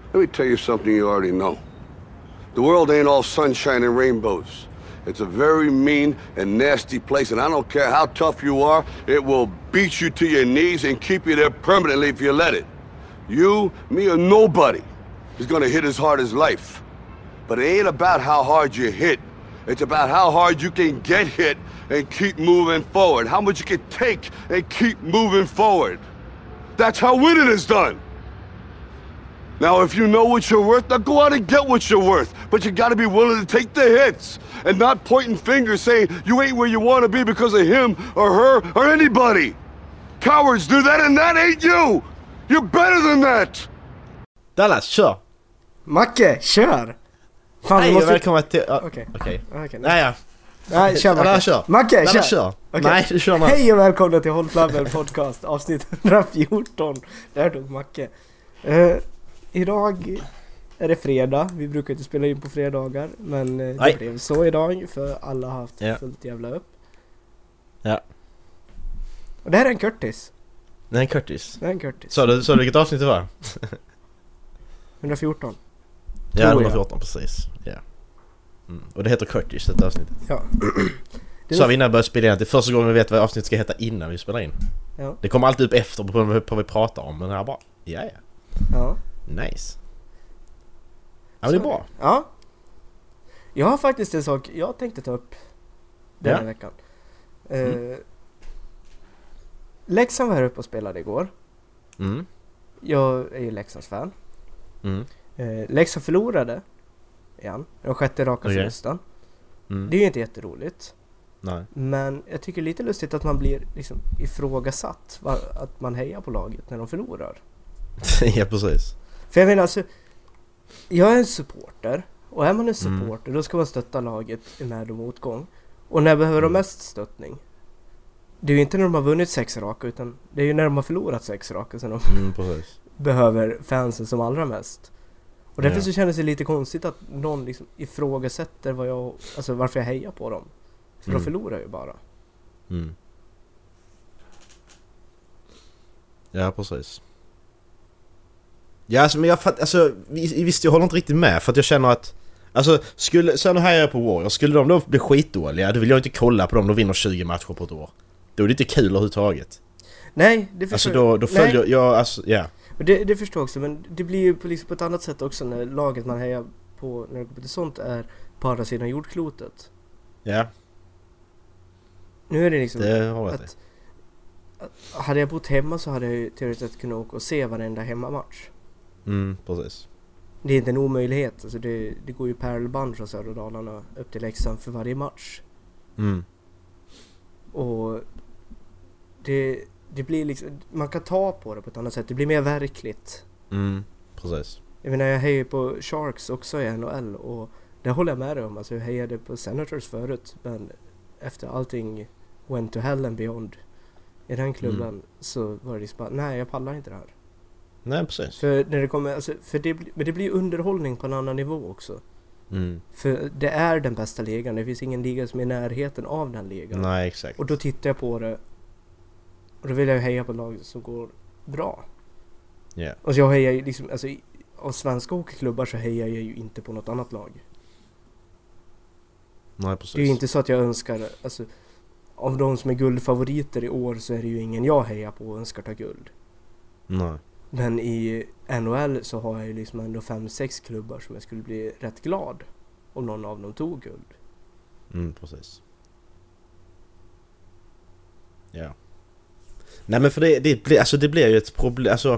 Let me tell you something you already know. The world ain't all sunshine and rainbows. It's a very mean and nasty place, and I don't care how tough you are, it will beat you to your knees and keep you there permanently if you let it. You, me, or nobody is gonna hit as hard as life. But it ain't about how hard you hit. It's about how hard you can get hit and keep moving forward. How much you can take and keep moving forward. That's how winning is done. Now, if you know what you're worth, now go out and get what you're worth. But you gotta be willing to take the hits and not pointing fingers saying you ain't where you want to be because of him or her or anybody. Cowards do that and that ain't you. You're better than that. Dallas, kör! Macke, kör! Fan, Hej och välkommen till... Okej. Nej, kör Macke. Kör. Macke, Dallas, kör! kör! Okay. Nej, du kör man. Hej och välkomna till Håll Flabben podcast, avsnitt 114. Där tog Macke. Idag är det fredag. Vi brukar inte spela in på fredagar, men det blev så idag för alla har haft fullt jävla upp. Ja. Och det här är en Curtis. Det är en Curtis. Så du vilket avsnitt det var? 114. Ja, 114 precis. Ja. Och det heter Curtis, detta avsnittet. Ja. Så vi innan vi börjar spela in, det är första gången vi vet vad avsnittet ska heta innan vi spelar in. Ja. Det kommer alltid upp efter på vad vi pratar om, men det här bara, ja. Nice. Ja, men det är bra. Ja. Jag har faktiskt en sak jag tänkte ta upp den här veckan. Leksand var här uppe och spelade igår. Jag är ju Leksands fan. Leksand förlorade igen. Den sjätte raka förlusten. Det är ju inte jätteroligt. Nej. Men jag tycker lite lustigt att man blir liksom ifrågasatt att man hejar på laget när de förlorar. Ja, precis. För jag menar alltså, jag är en supporter. Och är man en supporter då ska man stötta laget i med och motgång. Och när behöver de mest stöttning? Det är ju inte när de har vunnit 6 raka, utan det är ju när de har förlorat 6 raka som de behöver fansen som allra mest. Och därför så kändes det lite konstigt att någon liksom ifrågasätter varför jag hejar på dem. För de förlorar ju bara. Ja, precis. Ja, alltså, men jag visst, jag håller inte riktigt med, för att jag känner att så nu här är jag på Warriors, skulle de då bli skitdåliga, då vill jag inte kolla på dem, de vinner 20 matcher på ett år. Då är det inte kul överhuvudtaget. Nej, det förstår då följer jag, Det förstår jag också, men det blir ju på ett annat sätt också när laget man hejar på när det går på det sånt är på andra sidan jordklotet. Ja. Nu är det liksom att hade jag bott hemma så hade jag ju teoretiskt kunnat åka och se varenda hemmamatch. Precis. Det är inte en omöjlighet. Alltså det går ju pärlband från södra Dalarna upp till Leksand för varje match. Och det blir liksom, man kan ta på det på ett annat sätt. Det blir mer verkligt. Precis. Jag menar, jag hejar på Sharks också i NHL och det håller jag med dig om. Alltså jag hejade på Senators förut, men efter allting went to hell and beyond i den klubben så var det liksom bara, nej, jag pallar inte det här. Nej, precis. För när det kommer, men det blir underhållning på en annan nivå också. För det är den bästa ligan. Det finns ingen liga som är i närheten av den ligan. Nej, exakt. Och då tittar jag på det och då vill jag heja på lag som går bra. Yeah. Och så jag hejar ju liksom, alltså av svenska hockeyklubbar så hejar jag ju inte på något annat lag. Nej, precis. Det är ju inte så att jag önskar, alltså av de som är guldfavoriter i år så är det ju ingen jag hejar på och önskar ta guld. Nej. Men i NHL så har jag ju liksom ändå 5-6 klubbar som jag skulle bli rätt glad om någon av dem tog guld. Precis. Ja. Nej, men för det blir ju ett problem, alltså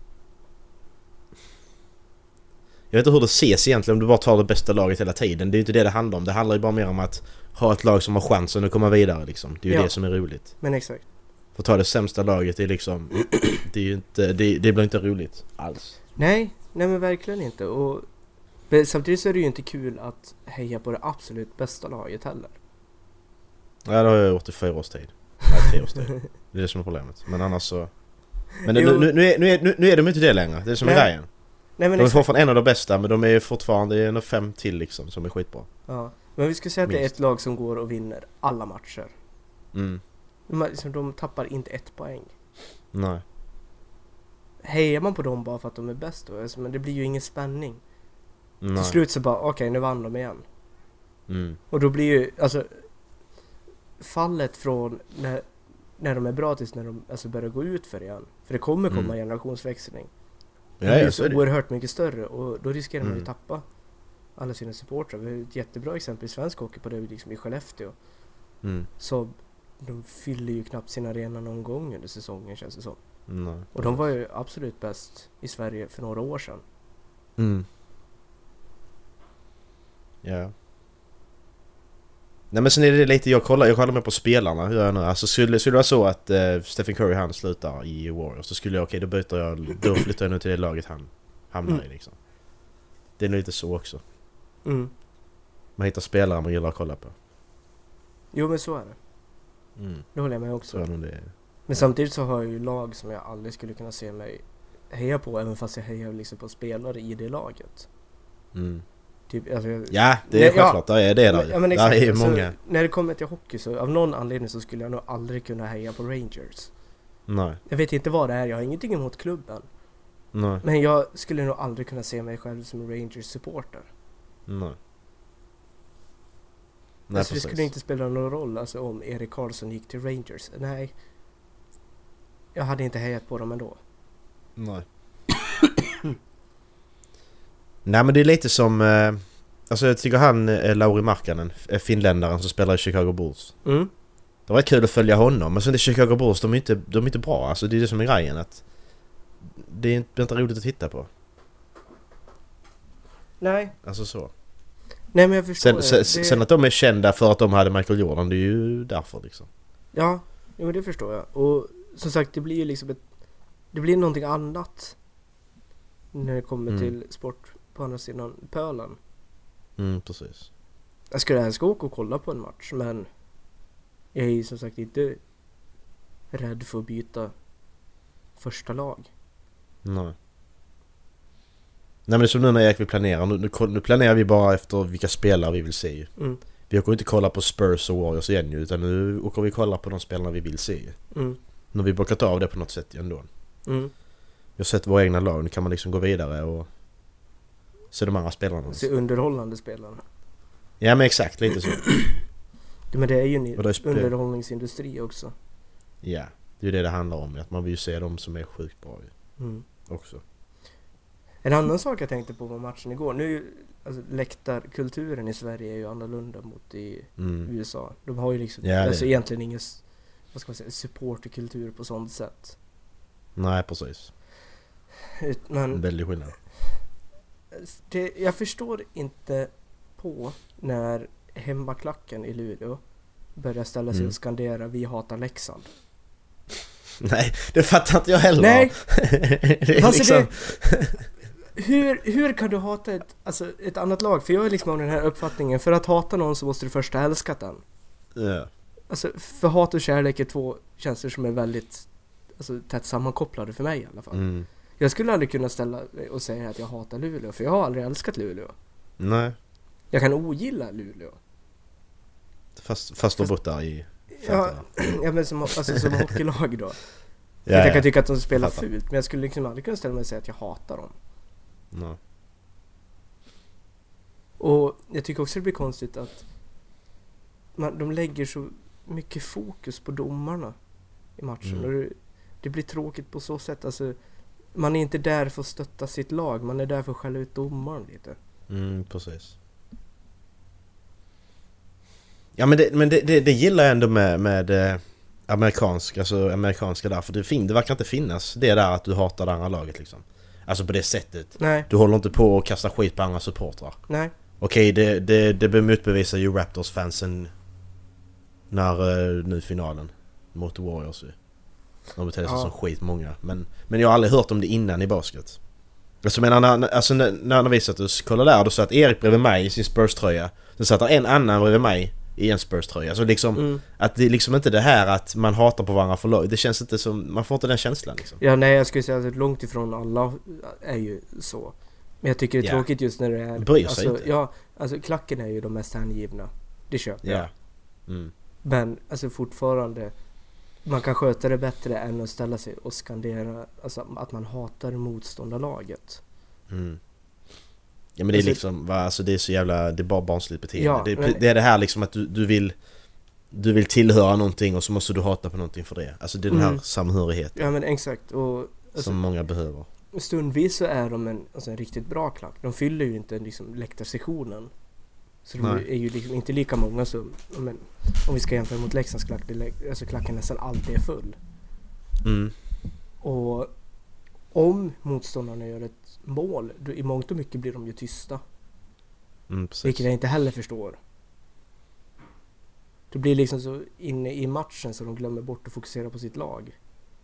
jag vet inte hur det ses egentligen om du bara tar det bästa laget hela tiden. Det är ju inte det handlar om. Det handlar ju bara mer om att ha ett lag som har chansen att komma vidare liksom. Det är ju det som är roligt. Men exakt. För att ta det sämsta laget är liksom det är ju inte det blir inte roligt alls. Nej men verkligen inte. Och samtidigt så är det ju inte kul att heja på det absolut bästa laget heller. Ja, det har jag gjort i 4 års tid. Nej, 3 års tid. Det är det som är problemet. Men annars så men nu är de inte det längre. Det är som är grejen. Nej, men de är fortfarande en av de bästa, men de är fortfarande en av 5 till liksom, som är skitbra. Ja, men vi ska säga att det är ett lag som går och vinner alla matcher. De tappar inte 1 poäng. Nej. hejar man på dem bara för att de är bäst då? Alltså, men det blir ju ingen spänning. Nej. Till slut så bara, okej, nu vann de igen. Mm. Och då blir ju, alltså, fallet från när de är bra tills när de alltså börjar gå ut för igen. För det kommer komma generationsväxling. Det blir så oerhört mycket större och då riskerar man ju tappa alla sina supportrar. Vi har ett jättebra exempel i svensk hockey på det, liksom i Skellefteå. Så de fyller ju knappt sin arena någon gång under säsongen, känns det som. Och de var ju absolut bäst i Sverige för några år sedan. Ja. Nej, men sen är det lite, jag kollar med på spelarna, hur jag nu, alltså skulle det vara så att Stephen Curry han slutar i Warriors, så skulle jag, okej, då flyttar jag nu till det laget han hamnar i liksom. Det är nog lite så också. Man hittar spelare man gillar att kolla på. Jo, men så är det. Det håller jag med också. Så är det. Men samtidigt så har jag ju lag som jag aldrig skulle kunna se mig heja på, även fast jag hejar liksom på spelare i det laget. Typ, alltså, ja, det är självklart. Ja, det är det. Ja, men där exakt, är många. alltså, när det kommer till hockey så av någon anledning så skulle jag nog aldrig kunna heja på Rangers. Nej. Jag vet inte vad det är, jag har ingenting emot klubben. Nej. Men jag skulle nog aldrig kunna se mig själv som Rangers supporter. Nej. Alltså det skulle inte spela någon roll alltså, om Erik Karlsson gick till Rangers. Nej. Jag hade inte hejat på dem ändå. Nej. Nej, men det är lite som alltså jag tycker han Lauri Markkanen, finländaren som spelar i Chicago Bulls. Det var kul att följa honom, men sen det Chicago Bulls, de är inte bra. Alltså det är det som är grejen, att det är inte roligt att titta på. Nej. Alltså så. Nej, men jag förstår sen att de är kända för att de hade Michael Jordan, det är ju därför liksom. Ja, jo, det förstår jag. Och som sagt, det blir ju liksom det blir någonting annat när det kommer till sport på andra sidan pölen. Precis. Jag skulle älska åka och kolla på en match, men jag är ju som sagt inte rädd för att byta första lag. Nej. Nej, men det är som nu när Erik vi planerar. Nu planerar vi bara efter vilka spelare vi vill se. Vi åker inte kolla på Spurs och Warriors igen, utan nu åker vi kolla på de spelarna vi vill se. Nu har vi bockat av det på något sätt ändå. Vi har sett våra egna lag, nu kan man liksom gå vidare och se de andra spelarna. Se underhållande spelarna. Ja, men exakt, lite så. Men det är ju en underhållningsindustri också. Ja, det är ju det handlar om. Att man vill ju se dem som är sjukt bra också. En annan sak jag tänkte på matchen igår. Nu, alltså, läktarkulturen i Sverige är ju annorlunda mot i USA. De har ju liksom alltså, egentligen ingen, vad ska man säga, supporterkultur på sånt sätt. Nej, precis. Men väldigt skillnad. Jag förstår inte på när hemmaklacken i Luleå börjar ställa sig och skandera "Vi hatar Leksand". Nej, det fattar inte jag heller. Nej. Det är alltså liksom... hur kan du hata ett annat lag? För jag är liksom av den här uppfattningen, för att hata någon så måste du först ha älskat den. Ja. Alltså, för hat och kärlek är två känslor som är väldigt tätt sammankopplade för mig i alla fall. Jag skulle aldrig kunna ställa och säga att jag hatar Luleå, för jag har aldrig älskat Luleå. Nej. Jag kan ogilla Luleå. Fast de bott där i... Ja, men som hockeylag då. Jag kan tycka att de spelar fult, men jag skulle liksom aldrig kunna ställa mig och säga att jag hatar dem. Nej. Och jag tycker också det blir konstigt att de lägger så mycket fokus på domarna i matchen. Och det blir tråkigt på så sätt. Alltså, man är inte där för att stötta sitt lag, man är där för att skälla ut domaren lite. Precis. Ja, men det gillar jag ändå med amerikanska där, för det verkar inte finnas det där att du hatar det andra laget liksom. Alltså på det sättet. Nej. Du håller inte på att kasta skit på andra supportrar. Nej. Okej, det bemotbevisar ju Raptors-fansen när nu finalen mot Warriors. De beter sig som skit många. Men jag har aldrig hört om det innan i basket. Alltså när vi satt och kollade där, då satt Erik bredvid mig i sin Spurs-tröja. Sen satt en annan bredvid mig i en Spurs-tröja. Så liksom att det är liksom inte det här att man hatar på varandra för lag. Det känns inte som, man får inte den känslan liksom. Ja, nej, jag skulle säga att långt ifrån alla är ju så. Men jag tycker det är tråkigt just när det är... Bryr sig inte. Ja, alltså klacken är ju de mest hängivna. Det köper jag. Men alltså fortfarande man kan sköta det bättre än att ställa sig och skandera, alltså att man hatar motståndarlaget. Ja men det är liksom, alltså det är så jävla, det är bara barnsligt beteende. Ja, det är det här liksom att du vill tillhöra någonting och så måste du hata på någonting för det. Alltså det är den här samhörigheten. Ja men exakt. Och, alltså, som många behöver. Stundvis så är de en riktigt bra klack. De fyller ju inte liksom läktarsektionen. Så de är ju liksom inte lika många som, men, om vi ska jämföra mot Leksands klack, alltså klacken nästan alltid är full. Och om motståndarna gör ett mål, då i mångt och mycket blir de ju tysta. Vilket jag inte heller förstår. Det blir liksom så inne i matchen så de glömmer bort att fokusera på sitt lag.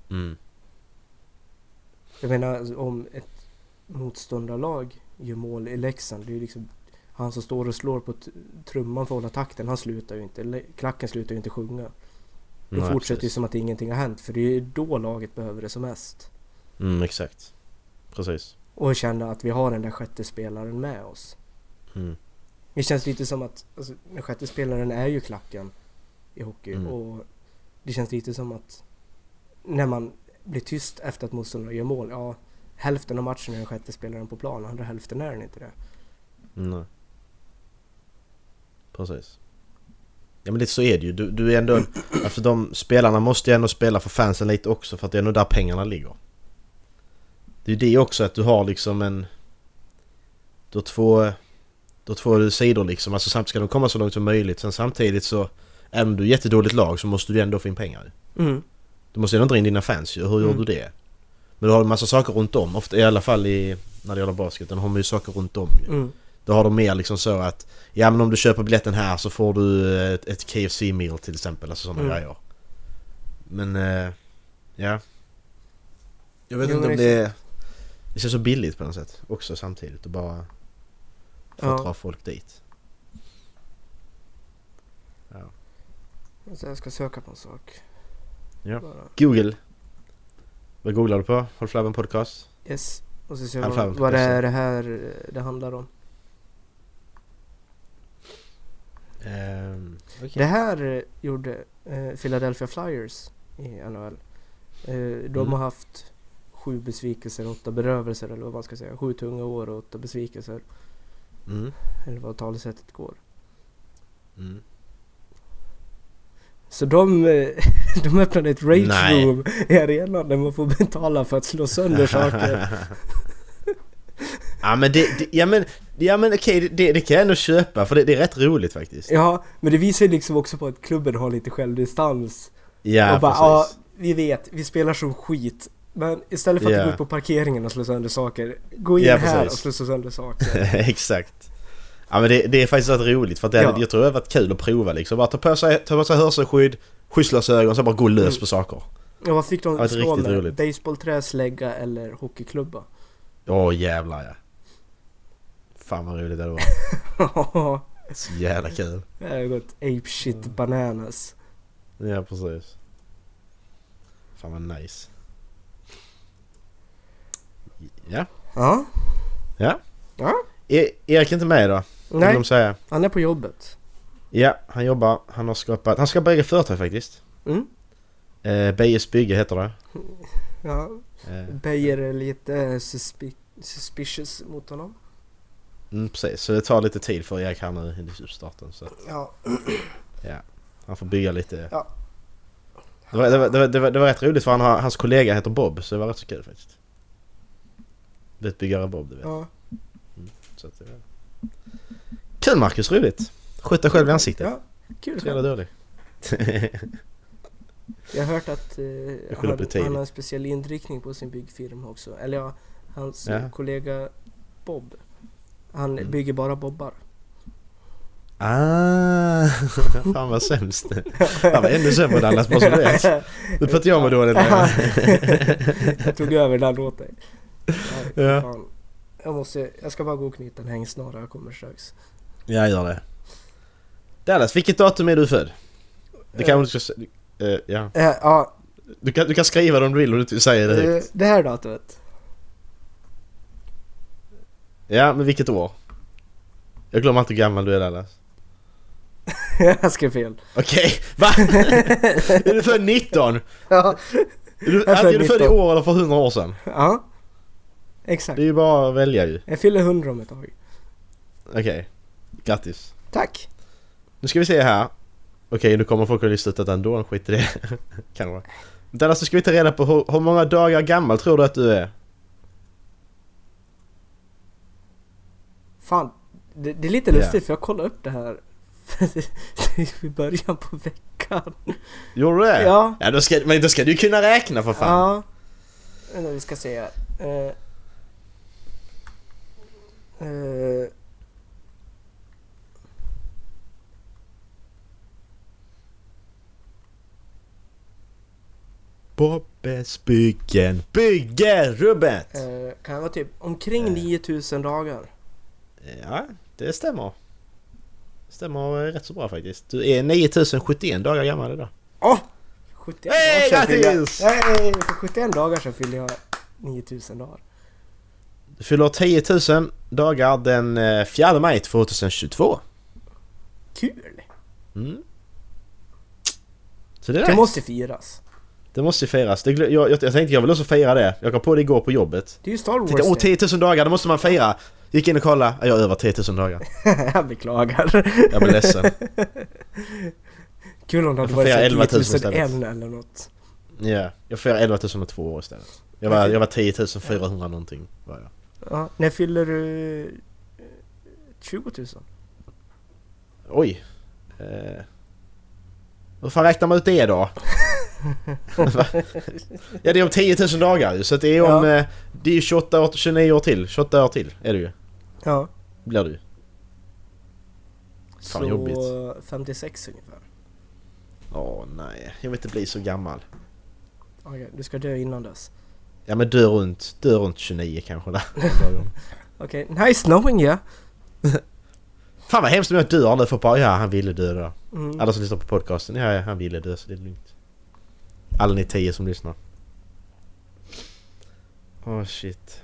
Jag menar, alltså, om ett motståndarlag gör mål i Leksand, det är ju liksom han som står och slår på trumman för att hålla takten, han slutar ju inte, klacken slutar ju inte sjunga. De fortsätter ju som att ingenting har hänt, för det är ju då laget behöver det som mest. Exakt. Precis. Och känna att vi har den där sjätte spelaren med oss. Det känns lite som att, alltså, den sjätte spelaren är ju klacken i hockey. Och det känns lite som att när man blir tyst efter att motståndaren gör mål, ja, hälften av matchen är den sjätte spelaren på plan, andra hälften är den inte det. Nej. Precis. Ja men lite så är det ju. Du är ändå, alltså de spelarna måste ju ändå spela för fansen lite också, för att det är nog där pengarna ligger. Det är ju det också, att du har liksom du har två sidor liksom. Alltså samtidigt ska de komma så långt som möjligt. Sen samtidigt så, även om du är ett jättedåligt lag, så måste du ändå få in pengar. Du måste ändå dra in dina fans ju. Hur gör du det? Men du har en massa saker runt om. Ofta, i alla fall när det gäller basket, då har man ju saker runt om ju. Då har de mer liksom så att, ja men om du köper biljetten här så får du ett KFC-meal till exempel. Alltså sådana grejer. Men, ja. Jag vet inte om det känns så billigt på något sätt. Också samtidigt. Och bara få dra folk dit. Ja. Så jag ska söka på en sak. Ja. Google. Vad googlar du på? Håll Flabben podcast? Yes. Och så ser man vad det är det här det handlar om. Okay. Det här gjorde Philadelphia Flyers i NHL. De har haft 7 besvikelser, 8 berövelser, eller vad man ska säga. 7 tunga år och 8 besvikelser. Eller vad talesättet går. Så de öppnade ett rage room i arenan där man får betala för att slå sönder saker. Ja men okej, det kan jag ändå köpa, för det är rätt roligt faktiskt. Ja, men det visar ju liksom också på att klubben har lite självdistans. Ja, och bara, vi vet, vi spelar som skit. Men istället för att gå ut på parkeringen och slå sönder saker, gå in här och slå sönder saker. Exakt. Ja men det är faktiskt rätt roligt, för att jag tror det har varit kul att prova liksom. Bara ta på sig hörselskydd, skyddsglasögon och så bara gå lös på saker. Ja, vad fick de slå med? Baseballträ, slägga eller hockeyklubba? Jävlar ja. Fan vad roligt det var. Så jävla kul. Det har gått ape shit bananas. Ja, precis. Fan vad nice. Ja. Ja. Erik är inte med då? Nej, de säga. Han är på jobbet. Ja, han jobbar. Han ska börja företag faktiskt. Beijes bygge heter det. Ja. Beijer är lite suspicious mot honom. Precis, så det tar lite tid för Erik här nu i uppstarten. Så. Ja. Ja, han får bygga lite. Ja. Det var rätt roligt, för hans kollega heter Bob, så det var rätt så kul faktiskt. Det är ett byggare Bob, du vet. Ja. Så att det var... Kul Marcus, roligt. Skjuta själv i ansiktet. Ja, kul. Så jävla dålig. Jag har hört att han har en speciell inriktning på sin byggfirma också. Eller hans kollega Bob. Han bygger bara bobbar. Fan vad sämst. Han var ännu sämre Dallas, bara så du vet. Nu pratar jag med dåligt. Jag tog över den åt dig. Fan. Jag ska bara gå och knyta en hängsnara, jag kommer strax. Jag gör det. Dallas, vilket datum är du född? Det kan du ska ja. Du kan skriva det om du vill, och du säger det högt. Det här datumet. Ja, men vilket år? Jag glömmer inte hur gammal du är, Dallas. Jag skrev fel. Okej, va? Är du född 19? Ja. Är du född i år eller för 100 år sedan? Ja. Exakt. Det är ju bara att välja ju. Jag fyller 100 om ett tag. Okej, grattis. Tack. Nu ska vi se här. Okej, nu kommer folk att lista ut att ändå skit i det. Kan vara. Men alltså ska vi ta reda på hur många dagar gammal tror du att du är? Fan, det är lite lustigt för jag kollade upp det här i början på veckan. Gjorde du det? Ja. Ja, då ska du kunna räkna för fan. Ja. Vi ska se här. Bobbes byggerubbet! Kan det vara typ omkring 9000 dagar? Ja, det stämmer. Det stämmer rätt så bra faktiskt. Du är 9071 dagar gammal idag. 71 Hej, dagar sedan grattis! för 71 dagar sedan fyllde jag 9000 dagar. Du fyller 10 000 dagar den 4 maj 2022. Kul! Mm. Så det är Det nice. måste firas. Det måste firas. Jag tänkte jag vill också fira det. Jag kom på det igår på jobbet. Det är ju Star Wars. Titta, 10 000 dagar, det måste man fira. Gick in och kolla. Jag är över 10 000 dagar. Jag beklagar. Jag blir ledsen. Kul om det hade får fira varit 11 000 10 001 eller något. Ja, jag firar 11 002 år istället. Jag var 10 400 någonting var jag. Ja, när fyller du 20 000? Oj. Hur fan räknar man ut det då? Ja, det är om 10 000 dagar. Så det är om... det är 28 år, 29 år till. 28 år till är det ju. Ja. Blir du. Fan så jobbigt. 56 ungefär. Nej, jag vill inte bli så gammal. Okej, du ska dö innan dess. Ja, men dö runt 29 kanske där. Okej, nice knowing you. Fan vad hemskt om jag dör nu för bara, ja han ville dö då. Mm. Alla som lyssnar på podcasten, ja han ville dö så det är lugnt. Alla ni 10 som lyssnar. Shit.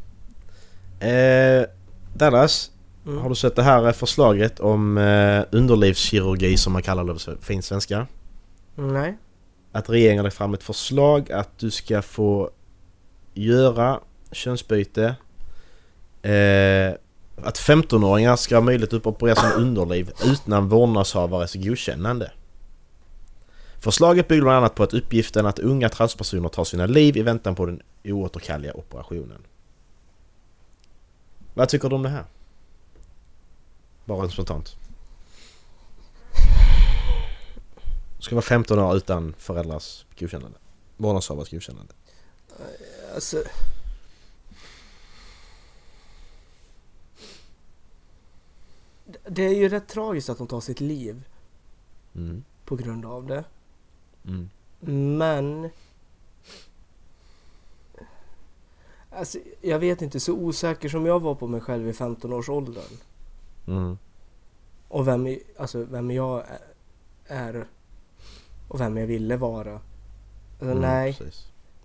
Dallas, har du sett det här förslaget om underlivskirurgi som man kallar det på fin svenska? Nej. Att regeringen lägger fram ett förslag att du ska få göra könsbyte. Att 15-åringar ska ha möjlighet att operera sina underliv utan vårdnadshavares godkännande. Förslaget bygger bland annat på att uppgiften att unga transpersoner tar sina liv i väntan på den oåterkalleliga operationen. Vad tycker du om det här? Bara spontant. Ska vara 15 år utan föräldrars godkännande. Vårdnadshavares godkännande. Alltså... Det är ju rätt tragiskt att de tar sitt liv på grund av det. Men alltså, jag vet inte, så osäker som jag var på mig själv i 15-årsåldern och vem jag är och vem jag ville vara. Alltså, nej. Precis.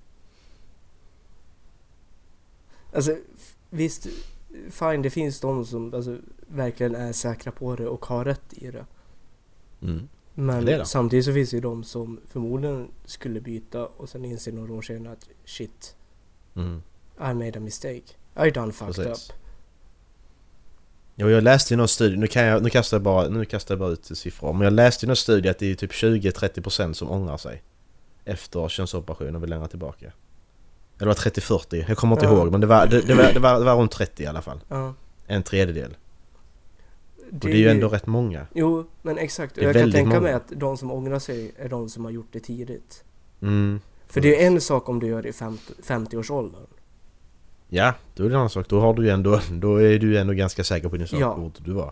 Alltså visst, fine, det finns de som verkligen är säkra på det och har rätt i det. Men samtidigt så finns det ju de som förmodligen skulle byta och sen inser några år senare att shit, I made a mistake. I done fucked up. Jo, jag läste ju någon studie, nu kastar jag bara ut siffror, men jag läste ju någon studie att det är typ 20-30% som ångrar sig efter könsoperationen och vill lämna tillbaka. Eller var 30-40, jag kommer inte ihåg, men det var runt 30 i alla fall. En tredjedel. Och det är ju ändå rätt många. Jo, men exakt. Jag kan tänka mig att de som ångrar sig är de som har gjort det tidigt. För det är en sak om du gör det i 50-årsåldern. Ja, då är det en annan sak. Då är du ändå ganska säker på din sak, hur du var.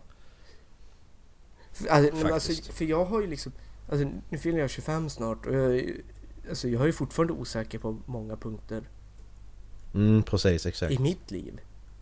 För jag har ju liksom... Alltså, nu fyller jag 25 snart och jag är ju fortfarande osäker på många punkter. Precis, exakt. I mitt liv.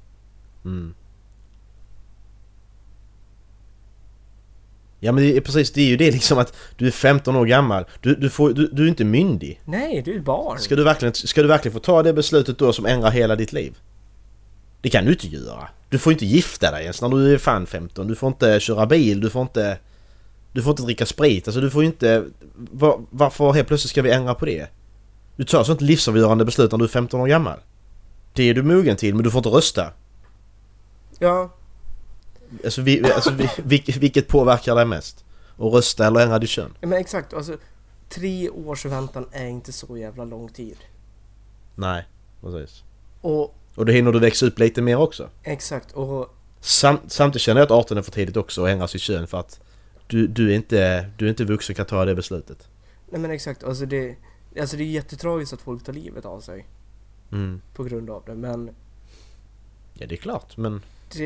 Ja, men det är precis, det är ju det liksom att du är 15 år gammal. Du är inte myndig. Nej, du är barn. Ska du verkligen få ta det beslutet då som ändrar hela ditt liv? Det kan du inte göra. Du får inte gifta dig ens när du är fan 15. Du får inte köra bil, du får inte... Du får inte dricka sprit. Alltså du får ju inte... Varför helt plötsligt ska vi ändra på det? Du tar sånt livsavgörande beslut när du är 15 år gammal. Det är du mogen till, men du får inte rösta. Ja. Alltså, vilket påverkar dig mest? Att rösta eller ändra ditt kön? Ja men exakt, alltså 3 års väntan är inte så jävla lång tid. Nej, precis. Och då hinner du växa upp lite mer också. exakt, och Samtidigt känner jag att 18 är för tidigt också att ändra sitt kön för att du är inte vuxen kan ta det beslutet. nej men exakt, alltså det är jättetragiskt att folk tar livet av sig på grund av det, men Ja, det är klart, men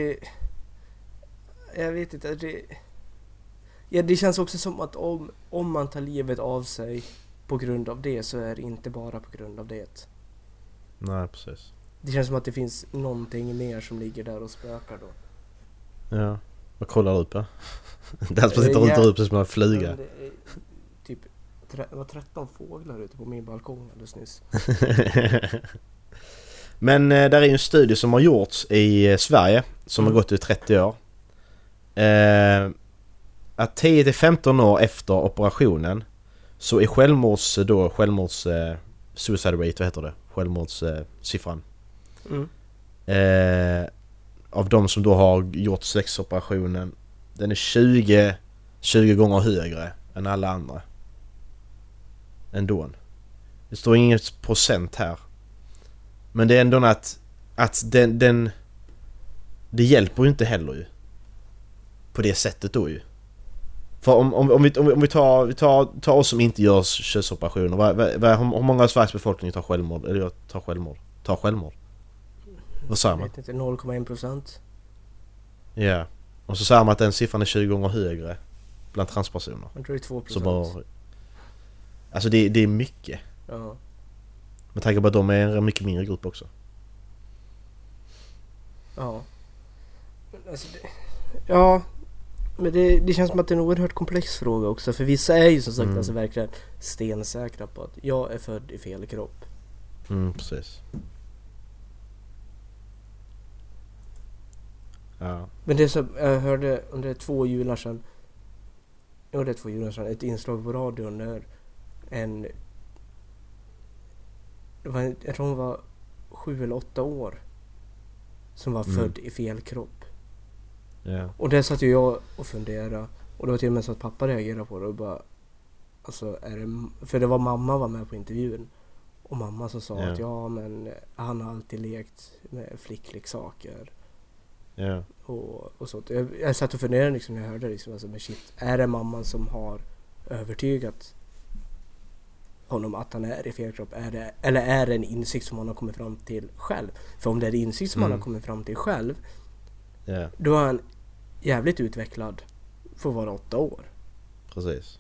jag vet inte, det känns också som att om man tar livet av sig på grund av det, så är det inte bara på grund av det. nej, precis. Det känns som att det finns någonting mer som ligger där och spökar då. Ja, vad kollar du på? Den som sitter runt och upp som en flyga. Men det är typ det var 13 fåglar ute på min balkong alldeles nyss. Men där är ju en studie som har gjorts i Sverige som har gått i 30 år. Att 10-15 år efter operationen så är självmords suicide rate, vad heter det? Självmordssiffran. Av de som då har gjort sexoperationen, den är 20 gånger högre än alla andra. Ändå. Det står inget procent här. Men det är ändå att det hjälper ju inte heller ju. På det sättet då ju. För om vi tar oss som inte gör könsoperationer, hur många av Sveriges befolkning tar självmord? Vad säger man? Jag vet inte, 0,1%. Ja. Och så säger man att den siffran är 20 gånger högre bland transpersoner. Jag tror det är 2%. Så bara, alltså det är mycket. Ja. Med tanke på att de är en mycket mindre grupp också. Ja. Alltså ja. Men det känns som att det är en oerhört komplex fråga också. För vissa är ju som sagt alltså verkligen stensäkra på att jag är född i fel kropp. Precis. Ja. Men det är så, jag hörde under 2 jular sedan ett inslag på radion där jag tror hon var 7 eller 8 år som var född i fel kropp. Ja. Och det satt ju jag och funderade, och det var till och med så att pappa reagerade på det och bara, alltså för det var mamma var med på intervjun, och mamma som sa att ja men han har alltid lekt med flickleksaker. Ja. Och så. Jag satt och funderade liksom när jag hörde liksom, alltså, men shit, är det mamman som har övertygat honom att han är i fel kropp, eller är det en insikt som han har kommit fram till själv? För om det är en insikt som han har kommit fram till själv, då är han jävligt utvecklad för att vara 8 år. Precis.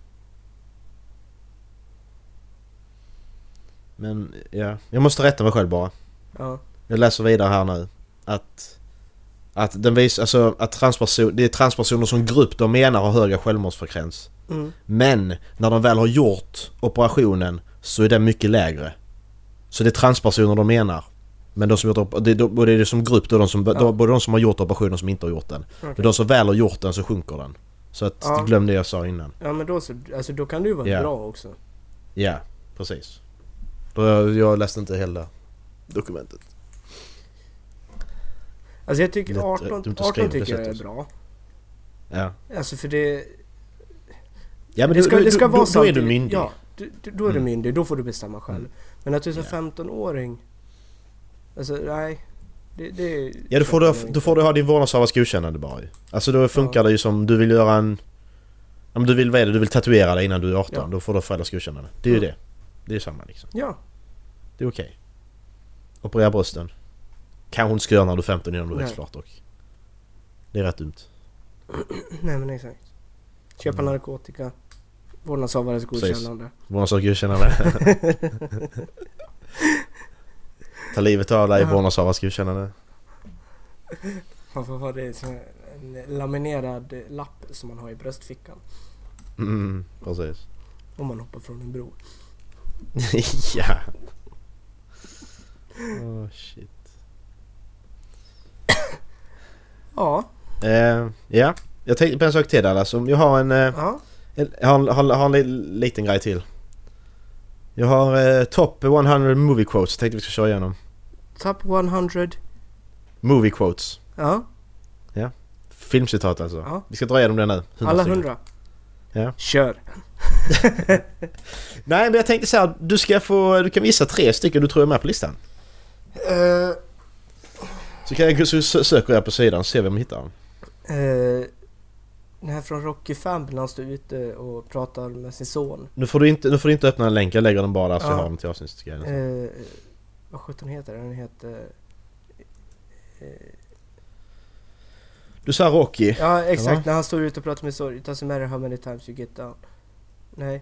Men ja, jag måste rätta mig själv bara. Ja. Jag läser vidare här nu att den visar, alltså att det är transpersoner som grupp de menar har högre självmordsfrekvens. Men när de väl har gjort operationen så är den mycket lägre. Så det är transpersoner de menar. Men de som gjort det är det som grupp då, både de som har gjort operationen och som inte har gjort den. Okay. Men de som väl har gjort den så sjunker den. Så att glöm det jag sa innan. Ja men då så, alltså då kan det ju vara bra också. Ja, precis. Jag läste inte hela dokumentet. Alltså jag tycker 18 tycker jag är bra. Ja. Alltså för det... Ja, men det ska vara då är du myndig. Ja, då är du myndig. Då får du bestämma själv. Men att du är så 15-åring... Alltså nej... Ja, då får du ha din vårdnadshavares godkännande bara ju. Alltså då funkar det ju som du vill göra en... Om du vill tatuera dig innan du är 18. Då får du föräldrars godkännande. Det är ju det. Det är samma liksom. Ja. Det är okej. Operera brösten. Kanske hon ska göra när du är 15 innan du är klart dock. Det är rätt dumt. Nej men exakt. Köpa narkotika. Vårdnadshavares godkännande. Vårdnadshavares godkännande. Ta livet av dig, vårdnadshavares godkännande. Varför har det en laminerad lapp som man har i bröstfickan? Precis. Om man hoppar från en bro. Ja. Shit. Ja. Ja. Jag tänkte på en sak till där. Alltså, jag har Jag har en liten grej till. Jag har top 100 movie quotes. Tänkte vi ska köra igenom. Top 100 movie quotes. Ja. Ja. Filmcitat alltså. Ja. Vi ska dra igenom det nu. Alla 100. Ja. Kör. Nej, men jag tänkte så här, du kan visa 3 stycken du tror är med på listan. Så kan jag söka jag på sidan och se vem jag hittar. Den här från Rocky 5 när han står ute och pratar med sin son. Nu får du inte öppna en länk, jag lägger den bara där så jag har den till avsnittsgrejen. Vad sjutton heter den? Den heter... Du sa Rocky. Ja, exakt. Eller? När han står ute och pratar med sin son. It doesn't matter how many times you get down. Nej.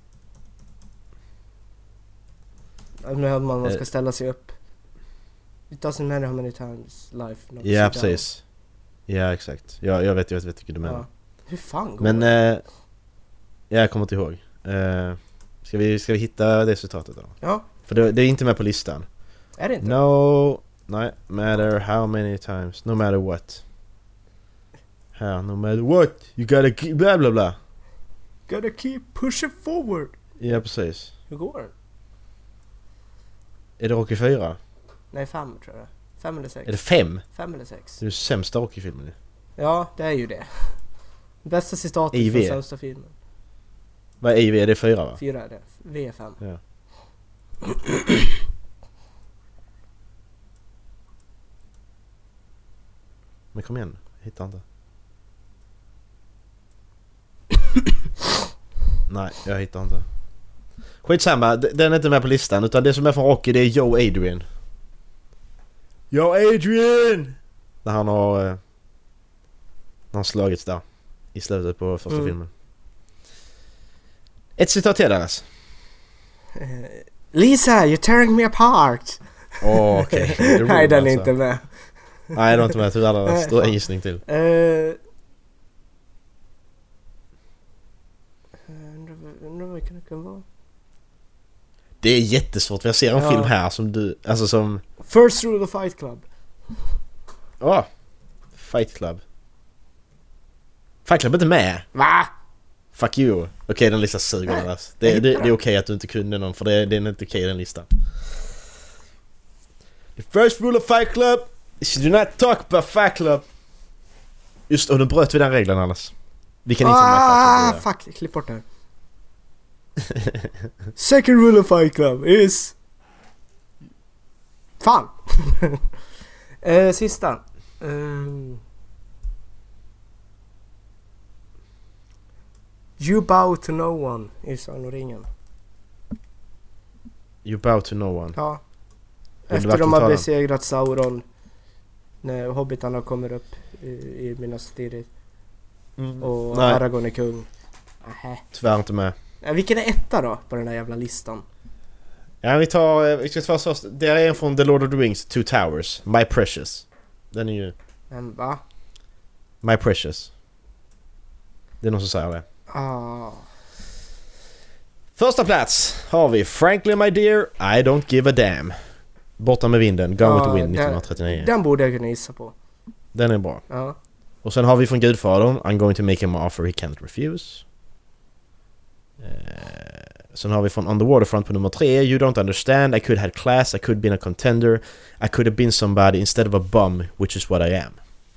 När man ska ställa sig upp. It doesn't matter how many times life knocks you Ja, down. precis. Ja, exakt. Jag vet vilket du menar. Ja. Hur fan går Men det? jag kommer inte ihåg. Ska vi hitta det citatet då? Ja. För det är inte med på listan. Är det inte? No matter how many times, no matter what. Här, no matter what, you gotta keep bla bla bla. Gotta keep pushing forward. Ja, precis. Hur går det? Är det Rocky 4? Nej, 5 tror jag. 5 eller 6. Är det 5? 5 eller 6. Det är ju sämsta Rocky-filmen. Ja, det är ju det. Bästa citatet IV. från sämsta filmen. Vad är IV? Är det 4 va? 4 är det. V5. Ja. Men kom igen, jag hittar inte. Nej, jag hittar inte. Skitsamma, den är inte med på listan. Utan det som är från Rocky, det är Joe Adrian. Joe Adrian! När han har slagits där i slutet på första filmen. Ett citat till Dennis. Lisa, you're tearing me apart. Okej. Nej, den är inte med. Nej, det var inte med. Du hade en stor gissning till. Undrar vad det kan vara. Det är jättesvårt. Jag ser en film här som du... Alltså som... First rule of Fight Club. Fight Club. Fight Club är inte med. Va? Fuck you. Okej, den listan suger alltså. Det är okej att du inte kunde någon. För det är inte okej den listan. The first rule of Fight Club is you do not talk about Fight Club. Just, och nu bröt vi den regeln annars. Vi kan inte med Fight Club. Fuck, klipp bort det här. Second rule of Fight Club is... Fan! Sista. You bow to no one i Sagan om ringen. You bow to no one. Ja. Vill du Efter verkligen de har ta den? besegrat Sauron. När hobbitarna kommer upp i Minas Tirith. Och Nej. Aragorn är kung. Tyvärr inte med. Vilken är etta då på den här jävla listan? Ja, vi ska ta först. Det är en från The Lord of the Rings, Two Towers. My Precious. Den är ju... Men va? My Precious. Det är någon som säger det. Första plats har vi Frankly My Dear, I Don't Give a Damn. Borta med vinden, Gone with the Wind 1939. Den borde jag kunna gissa på. Den är bra. Ja. Och sen har vi från Gudfadern, I'm going to make him an offer he can't refuse. Sen har vi från On the Waterfront på nummer 3, You Don't Understand, I could have class, I could been a contender, I could have been somebody instead of a bum, which is what I am.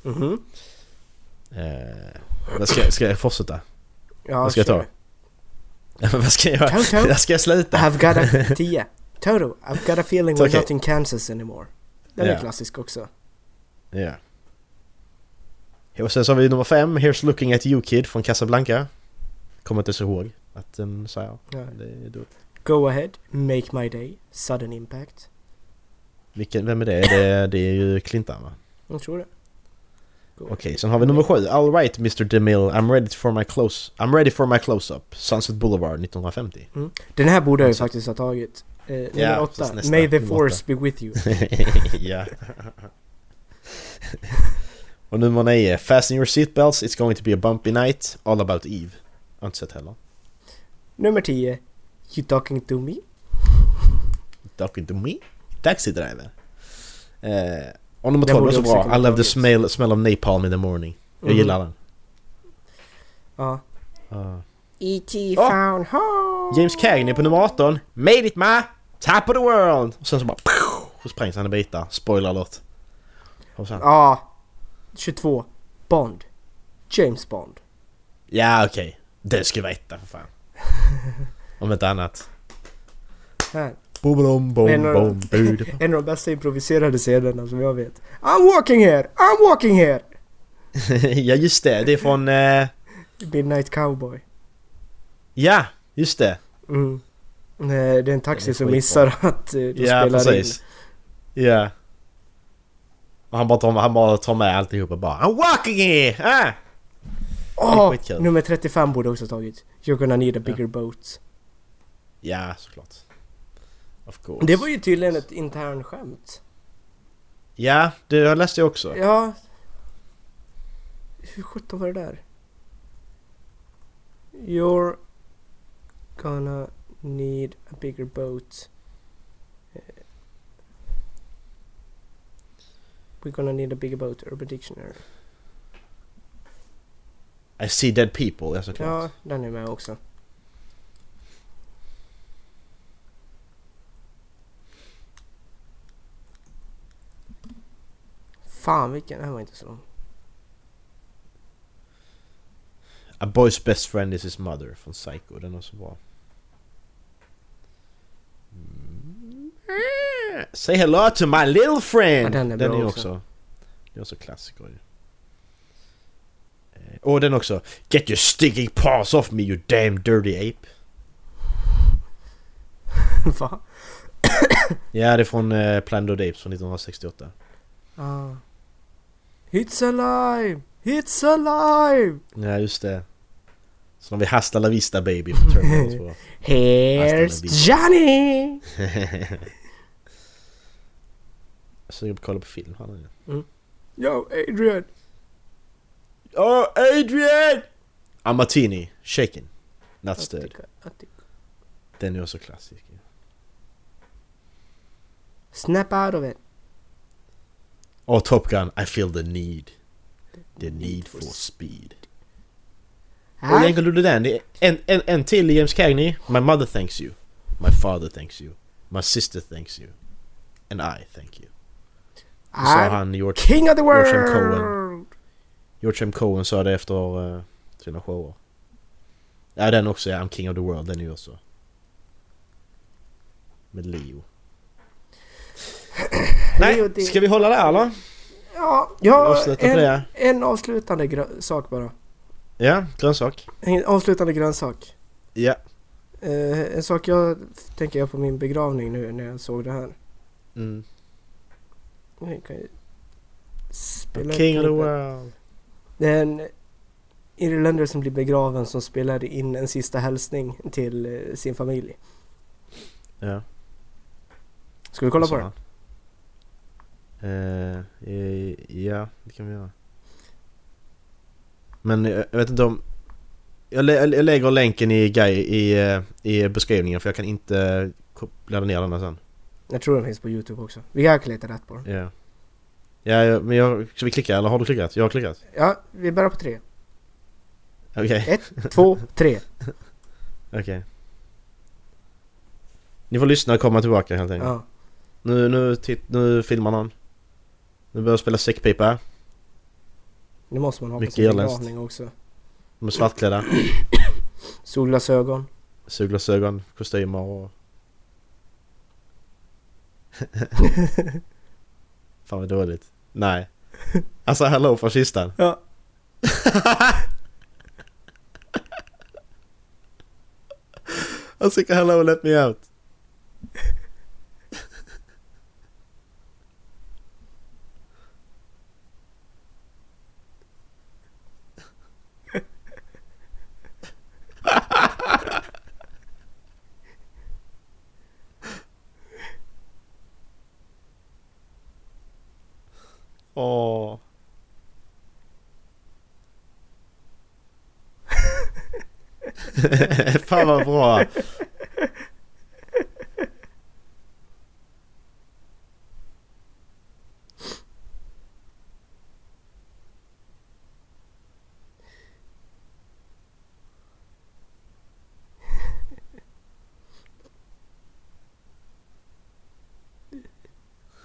Ska jag fortsätta? Ja, vad ska jag ta? Vad ska jag göra? Toto, ska jag sluta? I've got a 10. Toto, I've got a feeling we're okay. not in Kansas anymore. Den är klassisk också. Ja. Och sen så har vi nummer 5, Here's Looking at You Kid från Casablanca. Kommer inte så ihåg att den säger. Ja. Det är då. Go ahead, make my day, sudden impact. Vem är det? Det är ju Clintan va? Jag tror det. Okej, sen har vi nummer 7. All right, Mr. DeMille, I'm ready for my close-up. Sunset Boulevard 1950. Den här borde jag ju faktiskt ha tagit. Nummer 8. May the force be with you. Ja. Och nummer 9. Fasten your seatbelts, it's going to be a bumpy night. All about Eve. Jag har inte sett heller. Nummer 10. You talking to me? Talking to me? Taxi driver. Och nummer 12 är så bra. I love the smell of napalm in the morning. Jag gillar den. Ja. E.T. found home. James Cagney på nummer 18. Made it ma! Top of the world! Och sen så bara... Så sprängs han i bitar. Spoiler alert. Och sen... Ja. 22. Bond. James Bond. Ja, okej. Det ska vi veta för fan. Om inte annat. Här. Bom, bom, En av bom, En av de bästa improviserade scenerna som jag vet. I'm walking here! I'm walking here! Ja, just det. Det är från... Midnight Cowboy. Ja, just det. Mm. Det är en taxi som skitbra. missar att de Ja, spelar precis. Ja. Och han bara tar med alltihop och bara I'm walking here! Ah! Åh! skitkul. Nummer 35 borde också tagit. You're gonna need a bigger boat. Ja, såklart. Of course. Det var ju tydligen ett intern skämt. Ja, det läste jag också. Ja. Hur sjutton var det där? You're gonna need a bigger boat. We're gonna need a bigger boat. Urban Dictionary. I see dead people, ja såklart. Ja, den är med också. Fan vilken, den här var inte så lång. A boy's best friend is his mother från Psycho, den är så bra. Say hello to my little friend. Ja, den är bra ju också. Det är också klassiker ju. Och den också. Get your stinking paws off me, you damn dirty ape. Va? Ja, det är från Planet of the Apes från 1968. Ah. It's alive! It's alive! Ja, just det. Så har vi Hasta la vista baby från Terminator 2. Here's Johnny! Jag suger på att kolla på film här nu. Yo, Adrian! Oh, Adrian! A martini, shaken, not stirred. Den är också klassisk. Snap out of it. Och Top Gun, I feel the need. The need for speed. Och egentligen gjorde den. Det är en till James Cagney. My mother thanks you. My father thanks you. My sister thanks you. And I thank you. Så sa han King of the world! George M. Cohen sa det efter sina shower. Ja, den också. I'm King of the world. Den är ju också. Med Leo. Nej, ska vi hålla där eller? Ja, en avslutande sak bara. Ja, grönsak. En avslutande grönsak. Ja. En sak jag tänker jag på min begravning nu när jag såg det här. Mm. Jag kan ju spela King of the world. Det är en irländare som blir begraven som spelade in en sista hälsning till sin familj. Ja. Ska vi kolla på det? Ja, det kan vi göra. Men jag vet inte om... Jag lägger länken i beskrivningen för jag kan inte ladda ner den sen. Jag tror den finns på YouTube också. Vi kan leta rätt på den. Ja. Ja, men ska vi klicka eller har du klickat? Jag har klickat. Ja, vi börjar på 3. Okej. 1, 2, 3. Okej. Ni får lyssna och komma tillbaka helt enkelt. Ja. Nu filmar någon. Nu börjar spela säckpipa. Det måste man ha mycket på sin irländskt. begravning också. De är svartklädda. Solglasögon. Solglasögon, kostymer och... Fan vad dåligt. Nej. Alltså hello från kistan. Ja. Alltså hello let me out. Åh. Fan vad bra.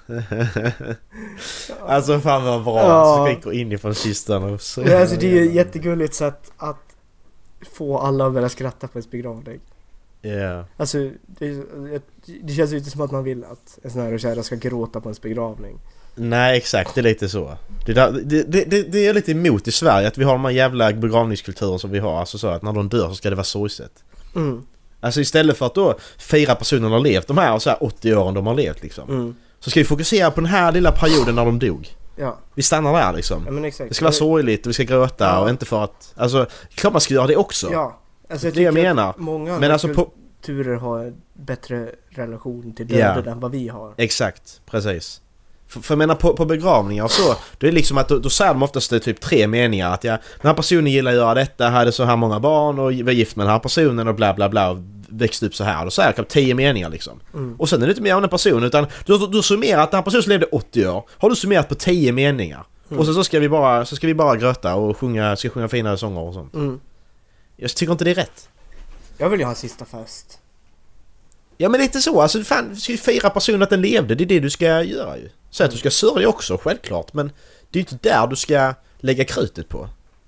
Alltså fan vad bra. Ja. Så skriker inifrån kistan och så. Men alltså det är ju ett jättegulligt sätt att få alla att börja skratta på ens begravning. Ja. Alltså det känns ju inte som att man vill att en sån här kära ska gråta på ens begravning. Nej, exakt, det är lite så. Det är lite emot i Sverige att vi har de här jävla begravningskulturen som vi har. Alltså så att när de dör så ska det vara sorgset. Alltså istället för att då 4 personer har levt de här, så här 80 åren de har levt liksom. Så ska vi fokusera på den här lilla perioden när de dog. Ja. Vi stannar där liksom. Ja, men exakt. Det ska vara sorgligt och vi ska gråta och inte för att... Alltså, klart man ska göra det också. Ja. Alltså det jag menar. Många men alltså kulturer har en bättre relation till döden än vad vi har. Exakt, precis. För jag menar på begravningar och så, det är liksom att då säger de oftast det typ 3 meningar att den här personen gillar att göra detta, hade så här många barn och var gift med den här personen och bla bla bla och växte upp så här. Och då säger jag 10 meningar liksom. Och sen är det inte mer om den personen utan du summerar att den här personen som levde 80 år har du summerat på 10 meningar. Och sen så ska vi bara gröta och sjunga fina sånger och sånt. Jag tycker inte det är rätt. Jag vill ju ha en sista fest. Ja men lite så, alltså fan, du ska ju fira personen att den levde, det är det du ska göra ju. Så att du ska sörja också, självklart, men det är ju inte där du ska lägga krutet på.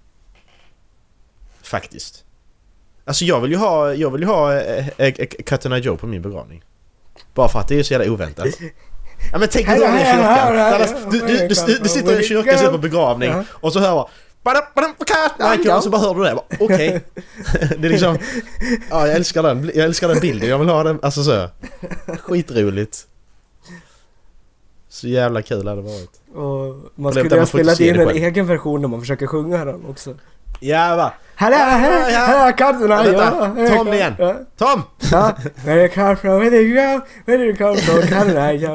Faktiskt. Alltså jag vill ju ha Cotton Eye Joe på min begravning. Bara för att det är så jävla oväntat. Ja men tänk dig då i kyrkan. Du sitter i kyrkan, sitter på begravning och så hör man och så bara hör du det. Okej. Det är liksom... Ja, jag älskar den bilden. Jag vill ha den, alltså så. Skitroligt. Så jävla kul hade det varit. Och man skulle ha spelat in en egen version när man försöker sjunga den också. Ja, va? Hallå, katterna! Tom igen! Tom! Where you come from, where you go, where you come from, katterna, ja.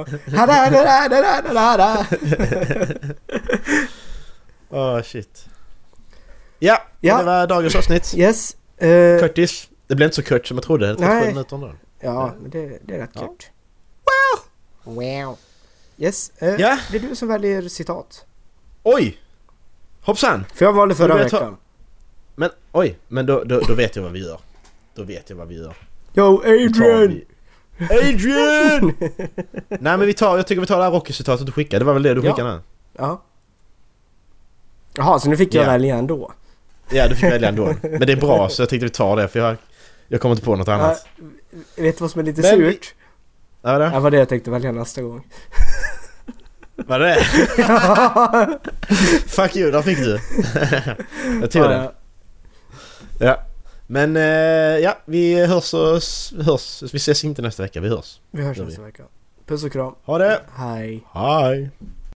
Åh, shit. Ja, det var dagens avsnitt. Yes. Curtis. Det blev inte så kort som jag trodde. 37 minuter ändå. Ja, men det är rätt kort. Wow. Yes. Det är du som väljer citat. Oj! Hoppsan! För jag valde förra veckan. Men oj, men då vet jag vad vi gör. Då vet jag vad vi gör. Yo, Adrian! Adrian! Nej, men jag tycker vi tar det här Rocky-citatet du skickade. Det var väl det du skickade nu? Ja. Jaha, så nu fick jag välja ändå. Ja, du fick välja ändå. Men det är bra, så jag tänkte vi tar det. För jag kommer inte på något annat. Vet du vad som är lite surt? Ja, det var det jag tänkte välja nästa gång. Var det? Fuck you, då fick du. Jag tror det. Ja. Men vi hörs. Vi ses inte nästa vecka, vi hörs. Vi hörs nästa vecka. Puss och kram. Ha det. Hej. Hej.